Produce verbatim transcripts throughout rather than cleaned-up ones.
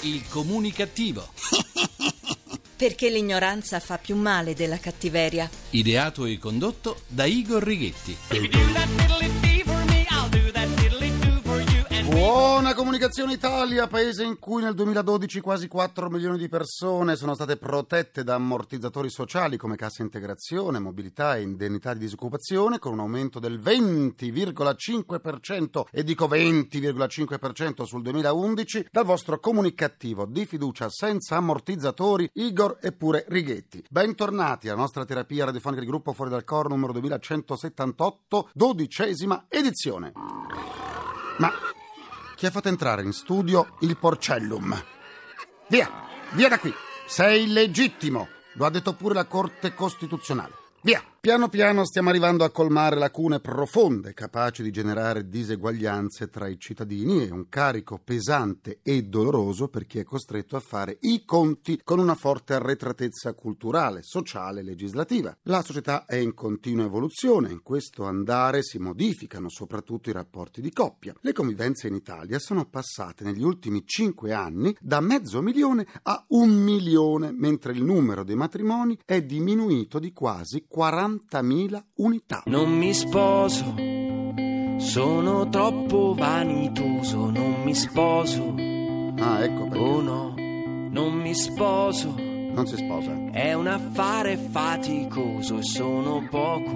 Il comunicativo. Perché l'ignoranza fa più male della cattiveria. Ideato e condotto da Igor Righetti. Buona Comunicazione Italia, paese in cui nel duemiladodici quasi quattro milioni di persone sono state protette da ammortizzatori sociali come cassa integrazione, mobilità e indennità di disoccupazione, con un aumento del venti virgola cinque per cento, e dico venti virgola cinque per cento sul duemilaundici, dal vostro comunicativo di fiducia senza ammortizzatori, Igor e pure Righetti. Bentornati alla nostra terapia radiofonica di gruppo Fuori dal Coro numero duemilacentosettantotto, dodicesima edizione. Ma chi ha fatto entrare in studio il Porcellum? Via, via da qui, sei illegittimo, lo ha detto pure la Corte Costituzionale. Via! Piano piano stiamo arrivando a colmare lacune profonde capaci di generare diseguaglianze tra i cittadini e un carico pesante e doloroso per chi è costretto a fare i conti con una forte arretratezza culturale, sociale e legislativa. La società è in continua evoluzione, in questo andare si modificano soprattutto i rapporti di coppia. Le convivenze in Italia sono passate negli ultimi cinque anni da mezzo milione a un milione, mentre il numero dei matrimoni è diminuito di quasi quarantamila unità. Non mi sposo, sono troppo vanitoso, non mi sposo. Ah, ecco perché. Oh no, non mi sposo. Non si sposa. È un affare faticoso e sono poco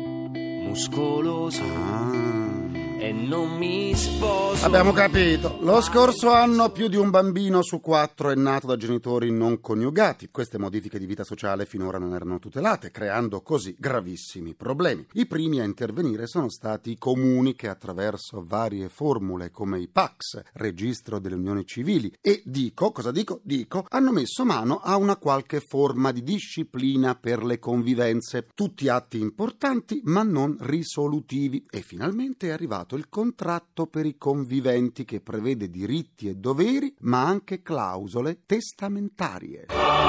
muscoloso. Ah. E non mi sposo. Abbiamo capito. Lo scorso anno più di un bambino su quattro è nato da genitori non coniugati. Queste modifiche di vita sociale finora non erano tutelate, creando così gravissimi problemi. I primi a intervenire sono stati i comuni che attraverso varie formule come i P A C S, registro delle unioni civili, e dico, cosa dico? Dico, hanno messo mano a una qualche forma di disciplina per le convivenze. Tutti atti importanti ma non risolutivi, e finalmente è arrivato il contratto per i conviventi che prevede diritti e doveri ma anche clausole testamentarie.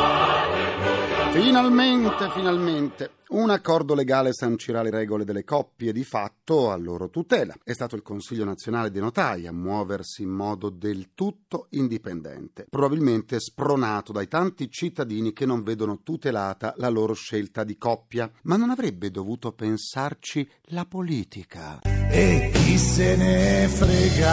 Finalmente, finalmente un accordo legale sancirà le regole delle coppie di fatto a loro tutela. È stato il Consiglio Nazionale dei Notai a muoversi in modo del tutto indipendente, probabilmente spronato dai tanti cittadini che non vedono tutelata la loro scelta di coppia. Ma non avrebbe dovuto pensarci la politica? E chi se ne frega?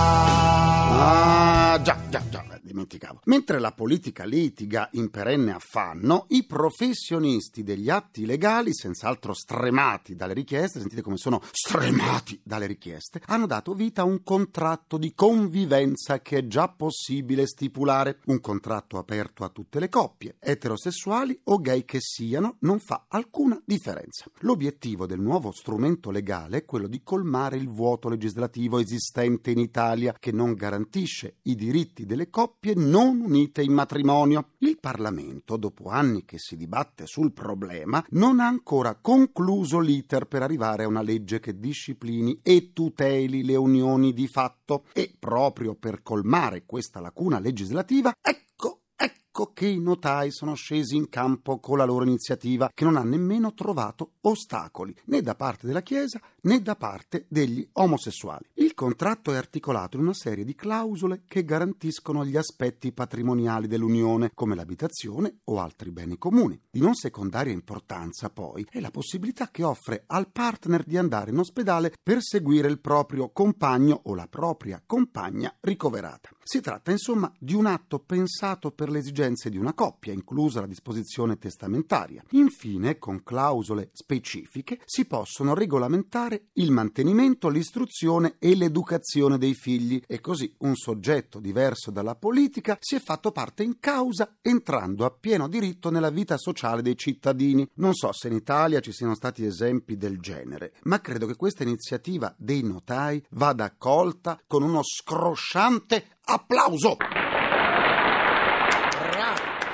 Ah, già, già, già, dimenticavo. Mentre la politica litiga in perenne affanno, i professionisti degli atti legali, senz'altro stremati dalle richieste, sentite come sono stremati dalle richieste, hanno dato vita a un contratto di convivenza che è già possibile stipulare. Un contratto aperto a tutte le coppie, eterosessuali o gay che siano, non fa alcuna differenza. L'obiettivo del nuovo strumento legale è quello di colmare il vuoto legislativo esistente in Italia, che non garantisce i diritti delle coppie non unite in matrimonio. Il Parlamento, dopo anni che si dibatte sul problema, non ha ancora concluso l'iter per arrivare a una legge che disciplini e tuteli le unioni di fatto. E proprio per colmare questa lacuna legislativa, ecco che i notai sono scesi in campo con la loro iniziativa, che non ha nemmeno trovato ostacoli, né da parte della Chiesa né da parte degli omosessuali. Il contratto è articolato in una serie di clausole che garantiscono gli aspetti patrimoniali dell'unione, come l'abitazione o altri beni comuni. Di non secondaria importanza, poi, è la possibilità che offre al partner di andare in ospedale per seguire il proprio compagno o la propria compagna ricoverata. Si tratta, insomma, di un atto pensato per le esigenze di una coppia, inclusa la disposizione testamentaria. Infine, con clausole specifiche, si possono regolamentare il mantenimento, l'istruzione e l'educazione dei figli, e così un soggetto diverso dalla politica si è fatto parte in causa, entrando a pieno diritto nella vita sociale dei cittadini. Non so se in Italia ci siano stati esempi del genere, ma credo che questa iniziativa dei notai vada accolta con uno scrosciante applauso.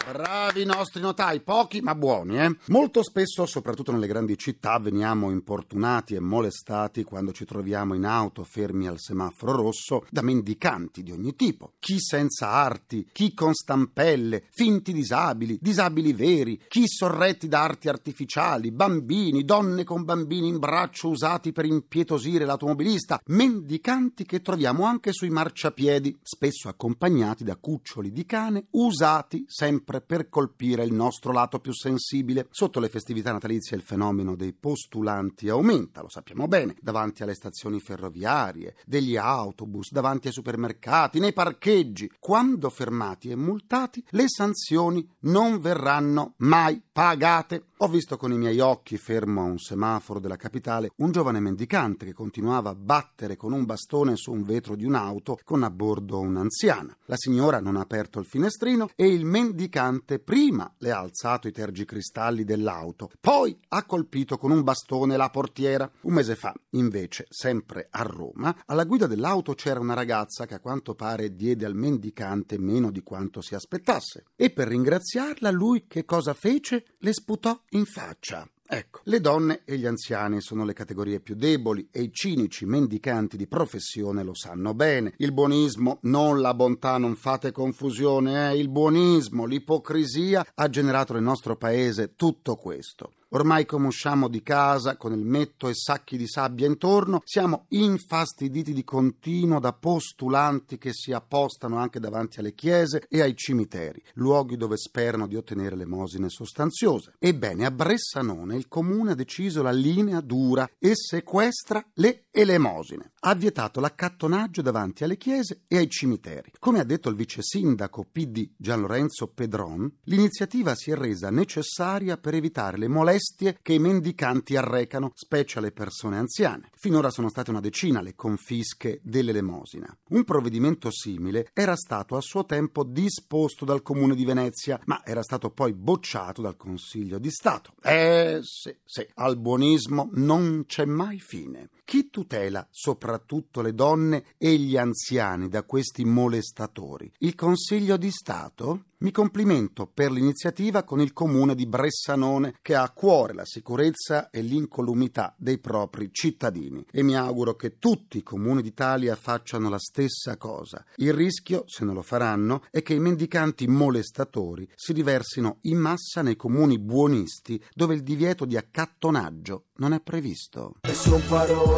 Bravi i nostri notai, pochi ma buoni, eh? Molto spesso, soprattutto nelle grandi città, veniamo importunati e molestati quando ci troviamo in auto fermi al semaforo rosso da mendicanti di ogni tipo. Chi senza arti, chi con stampelle, finti disabili, disabili veri, chi sorretti da arti artificiali, bambini, donne con bambini in braccio usati per impietosire l'automobilista, mendicanti che troviamo anche sui marciapiedi, spesso accompagnati da cuccioli di cane usati sempre per colpire il nostro lato più sensibile. Sotto le festività natalizie il fenomeno dei postulanti aumenta, lo sappiamo bene, davanti alle stazioni ferroviarie, degli autobus, davanti ai supermercati, nei parcheggi. Quando fermati e multati, le sanzioni non verranno mai pagate. Ho visto con i miei occhi, fermo a un semaforo della capitale, un giovane mendicante che continuava a battere con un bastone su un vetro di un'auto con a bordo un'anziana. La signora non ha aperto il finestrino e il mendicante prima le ha alzato i tergicristalli dell'auto, poi ha colpito con un bastone la portiera. Un mese fa, invece, sempre a Roma, alla guida dell'auto c'era una ragazza che a quanto pare diede al mendicante meno di quanto si aspettasse. E per ringraziarla lui che cosa fece? Le sputò in faccia. Ecco, le donne e gli anziani sono le categorie più deboli e i cinici mendicanti di professione lo sanno bene. Il buonismo, non la bontà, non fate confusione, eh? Il buonismo, l'ipocrisia ha generato nel nostro paese tutto questo. Ormai come usciamo di casa con il metto e sacchi di sabbia intorno, siamo infastiditi di continuo da postulanti che si appostano anche davanti alle chiese e ai cimiteri, luoghi dove sperano di ottenere elemosine sostanziose. Ebbene, a Bressanone il comune ha deciso la linea dura e sequestra le elemosine. Ha vietato l'accattonaggio davanti alle chiese e ai cimiteri. Come ha detto il vice sindaco P D Gian Lorenzo Pedron, l'iniziativa si è resa necessaria per evitare le molestie che i mendicanti arrecano, specie alle persone anziane. Finora sono state una decina le confische dell'elemosina. Un provvedimento simile era stato a suo tempo disposto dal Comune di Venezia, ma era stato poi bocciato dal Consiglio di Stato. Eh sì, sì, al buonismo non c'è mai fine. Chi tutela soprattutto le donne e gli anziani da questi molestatori? Il Consiglio di Stato? Mi complimento per l'iniziativa con il comune di Bressanone che ha a cuore la sicurezza e l'incolumità dei propri cittadini e mi auguro che tutti i comuni d'Italia facciano la stessa cosa. Il rischio, se non lo faranno, è che i mendicanti molestatori si riversino in massa nei comuni buonisti dove il divieto di accattonaggio non è previsto. E son parole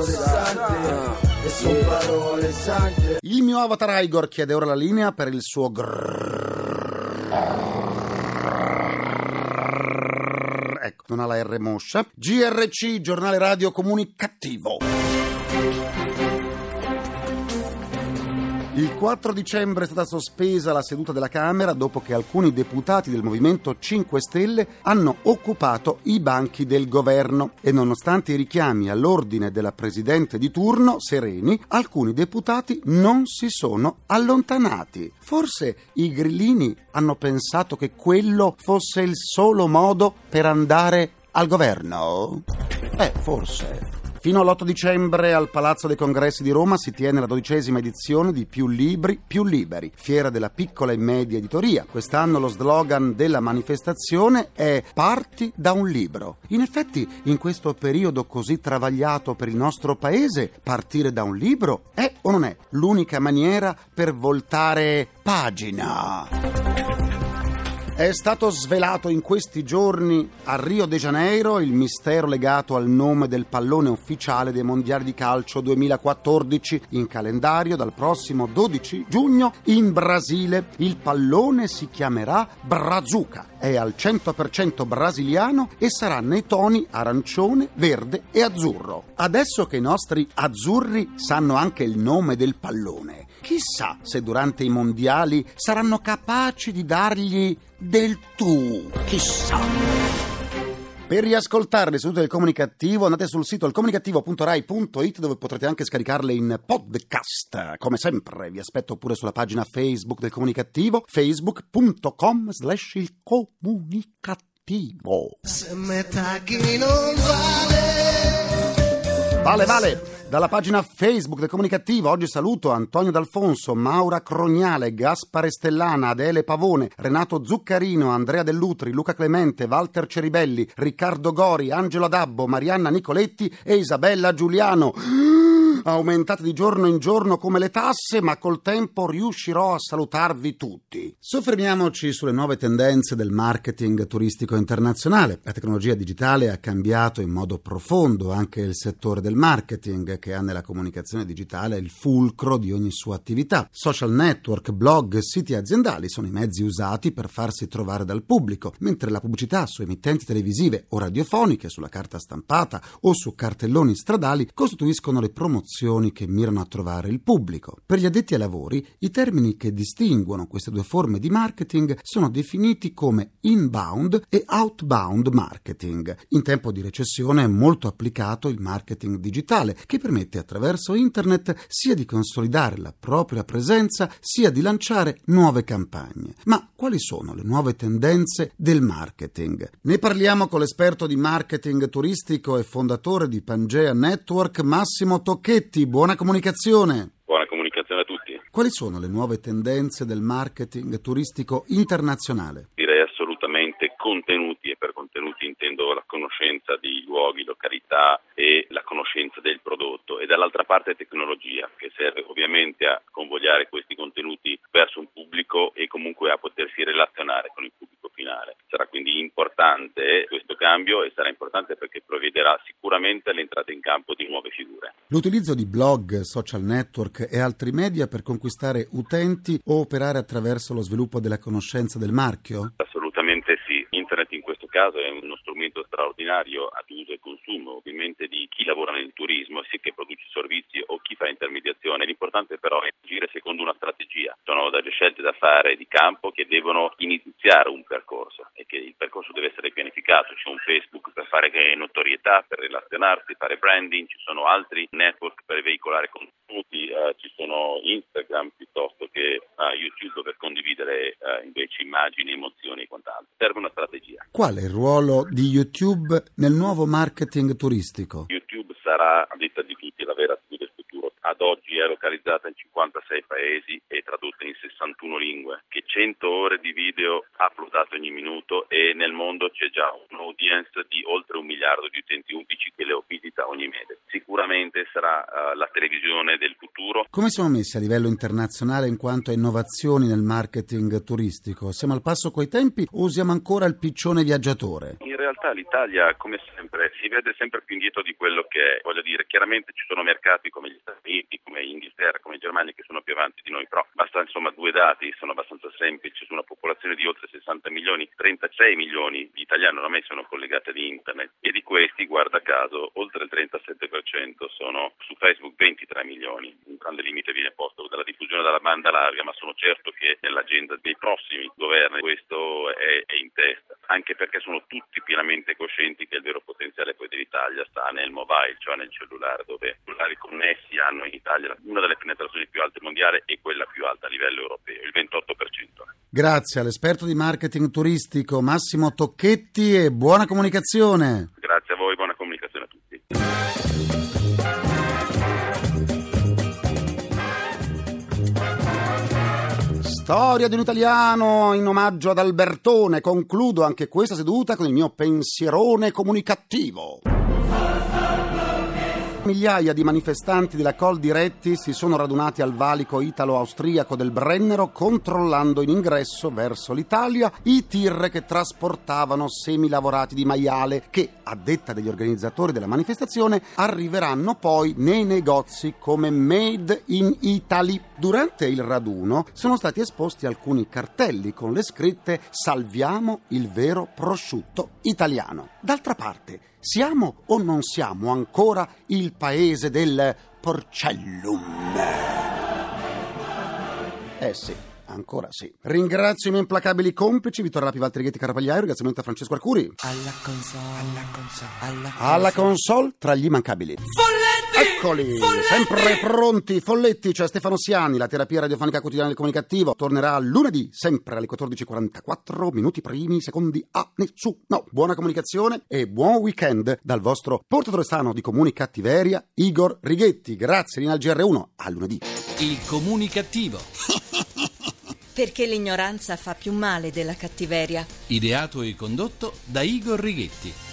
sante, e son parole sante. Il mio avatar Igor chiede ora la linea per il suo grrrr. Ecco, non ha la R moscia. G R C, giornale radio comunicativo. Il quattro dicembre è stata sospesa la seduta della Camera dopo che alcuni deputati del Movimento cinque Stelle hanno occupato i banchi del governo e nonostante i richiami all'ordine della Presidente di turno, Sereni, alcuni deputati non si sono allontanati. Forse i grillini hanno pensato che quello fosse il solo modo per andare al governo? Eh, forse. Fino all'otto dicembre al Palazzo dei Congressi di Roma si tiene la dodicesima edizione di Più Libri, Più Liberi, fiera della piccola e media editoria. Quest'anno lo slogan della manifestazione è Parti da un libro. In effetti, in questo periodo così travagliato per il nostro paese, partire da un libro è o non è l'unica maniera per voltare pagina. È stato svelato in questi giorni a Rio de Janeiro il mistero legato al nome del pallone ufficiale dei mondiali di calcio duemilaquattordici. In calendario dal prossimo dodici giugno in Brasile il pallone si chiamerà Brazuca. È al cento per cento brasiliano e sarà nei toni arancione, verde e azzurro. Adesso che i nostri azzurri sanno anche il nome del pallone, chissà se durante i mondiali saranno capaci di dargli del tu, chissà. Per riascoltare le sedute del Comunicativo andate sul sito ilcomunicativo punto rai punto it dove potrete anche scaricarle in podcast. Come sempre vi aspetto pure sulla pagina Facebook del Comunicativo, facebook punto com slash il comunicativo. Se metà chi non vale Vale, vale! Dalla pagina Facebook del Comunicativo oggi saluto Antonio D'Alfonso, Maura Crognale, Gaspare Stellana, Adele Pavone, Renato Zuccarino, Andrea Dell'Utri, Luca Clemente, Walter Ceribelli, Riccardo Gori, Angelo Dabbo, Marianna Nicoletti e Isabella Giuliano. Aumentate di giorno in giorno come le tasse, ma col tempo riuscirò a salutarvi tutti. Soffermiamoci sulle nuove tendenze del marketing turistico internazionale. La tecnologia digitale ha cambiato in modo profondo anche il settore del marketing, che ha nella comunicazione digitale il fulcro di ogni sua attività. Social network, blog, siti aziendali sono i mezzi usati per farsi trovare dal pubblico, mentre la pubblicità su emittenti televisive o radiofoniche, sulla carta stampata o su cartelloni stradali costituiscono le promozioni che mirano a trovare il pubblico. Per gli addetti ai lavori, i termini che distinguono queste due forme di marketing sono definiti come inbound e outbound marketing. In tempo di recessione è molto applicato il marketing digitale, che permette attraverso internet sia di consolidare la propria presenza sia di lanciare nuove campagne. Ma quali sono le nuove tendenze del marketing? Ne parliamo con l'esperto di marketing turistico e fondatore di Pangea Network, Massimo Tocchetti. Buona comunicazione. Buona comunicazione a tutti. Quali sono le nuove tendenze del marketing turistico internazionale? Direi assolutamente contenuti, e per contenuti intendo la conoscenza di luoghi, località e la conoscenza del prodotto, e dall'altra parte tecnologia, che serve ovviamente a convogliare questi contenuti verso un pubblico e comunque a potersi relazionare con il pubblico finale. Sarà quindi importante questo cambio, e sarà importante perché provvederà sicuramente all'entrata in campo di nuove figure. L'utilizzo di blog, social network e altri media per conquistare utenti o operare attraverso lo sviluppo della conoscenza del marchio? Assolutamente sì. Internet in questo caso è uno strumento straordinario ad uso e consumo, ovviamente, di chi lavora nel turismo, sia che produce servizi o chi fa intermediazione. L'importante però è agire secondo una strategia. Sono delle scelte da fare di campo che devono iniziare un percorso, e che il percorso deve essere pianificato. C'è un Facebook per fare notorietà, per relazionarsi, fare branding, ci sono altri network per veicolare contenuti, uh, ci sono Instagram piuttosto che uh, YouTube per condividere uh, invece immagini, emozioni e quant'altro. Serve una strategia. Qual è il ruolo di YouTube nel nuovo marketing turistico? YouTube sarà, a detta di tutti, la vera T V del futuro. Ad oggi è localizzata in cinquantasei paesi e tradotta in sessantuno lingue, che cento ore di video uploadate ogni minuto, e nel mondo c'è già un'audience di oltre un miliardo di utenti unici che lo visita ogni mese. Sicuramente sarà uh, la televisione del futuro. Come siamo messi a livello internazionale in quanto a innovazioni nel marketing turistico? Siamo al passo coi tempi o usiamo ancora il piccione viaggiatore? In realtà l'Italia, come sempre, si vede sempre più indietro di quello che è. Voglio dire, chiaramente ci sono mercati come gli Stati Uniti, come Inghilterra, come Germania, che sono più avanti di noi, però basta insomma due dati, sono abbastanza semplici. Su una popolazione di oltre sessanta milioni, trentasei milioni di italiani ormai sono collegati ad internet, e di questi, guarda caso, oltre il trentasette per cento sono su Facebook, ventitré milioni. Un grande limite viene posto dalla diffusione della banda larga, ma sono certo che nell'agenda dei prossimi governi questo è, è in testa, anche perché sono tutti pienamente coscienti che il vero potenziale poi dell'Italia sta nel mobile, cioè nel cellulare, dove cellulari connessi hanno in Italia una delle penetrazioni più alte mondiali e quella più alta a livello europeo, il ventotto per cento. Grazie all'esperto di marketing turistico Massimo Tocchetti e buona comunicazione. Grazie a voi, buona comunicazione a tutti. Storia di un italiano in omaggio ad Albertone. Concludo anche questa seduta con il mio pensierone comunicativo. Migliaia di manifestanti della Col Diretti si sono radunati al valico italo-austriaco del Brennero, controllando in ingresso verso l'Italia i tir che trasportavano semilavorati di maiale che, a detta degli organizzatori della manifestazione, arriveranno poi nei negozi come Made in Italy. Durante il raduno sono stati esposti alcuni cartelli con le scritte "Salviamo il vero prosciutto italiano". D'altra parte, siamo o non siamo ancora il paese del porcellum? Eh sì, ancora sì. Ringrazio i miei implacabili complici Vittorio Lapi, Valtteri Ghetti, Carapagliaio. Ringraziamento a Francesco Arcuri. Alla console, alla console, alla console. Alla console tra gli immancabili. Folletti! Eccoli, sempre pronti, Folletti, c'è Stefano Siani, la terapia radiofonica quotidiana del comunicativo. Tornerà lunedì, sempre alle quattordici e quarantaquattro, minuti primi, secondi a nessuno. Buona comunicazione e buon weekend dal vostro portatore sano di Comunicattiveria, Igor Righetti. Grazie, linea al G R uno, a lunedì. Il comunicativo. Perché l'ignoranza fa più male della cattiveria. Ideato e condotto da Igor Righetti.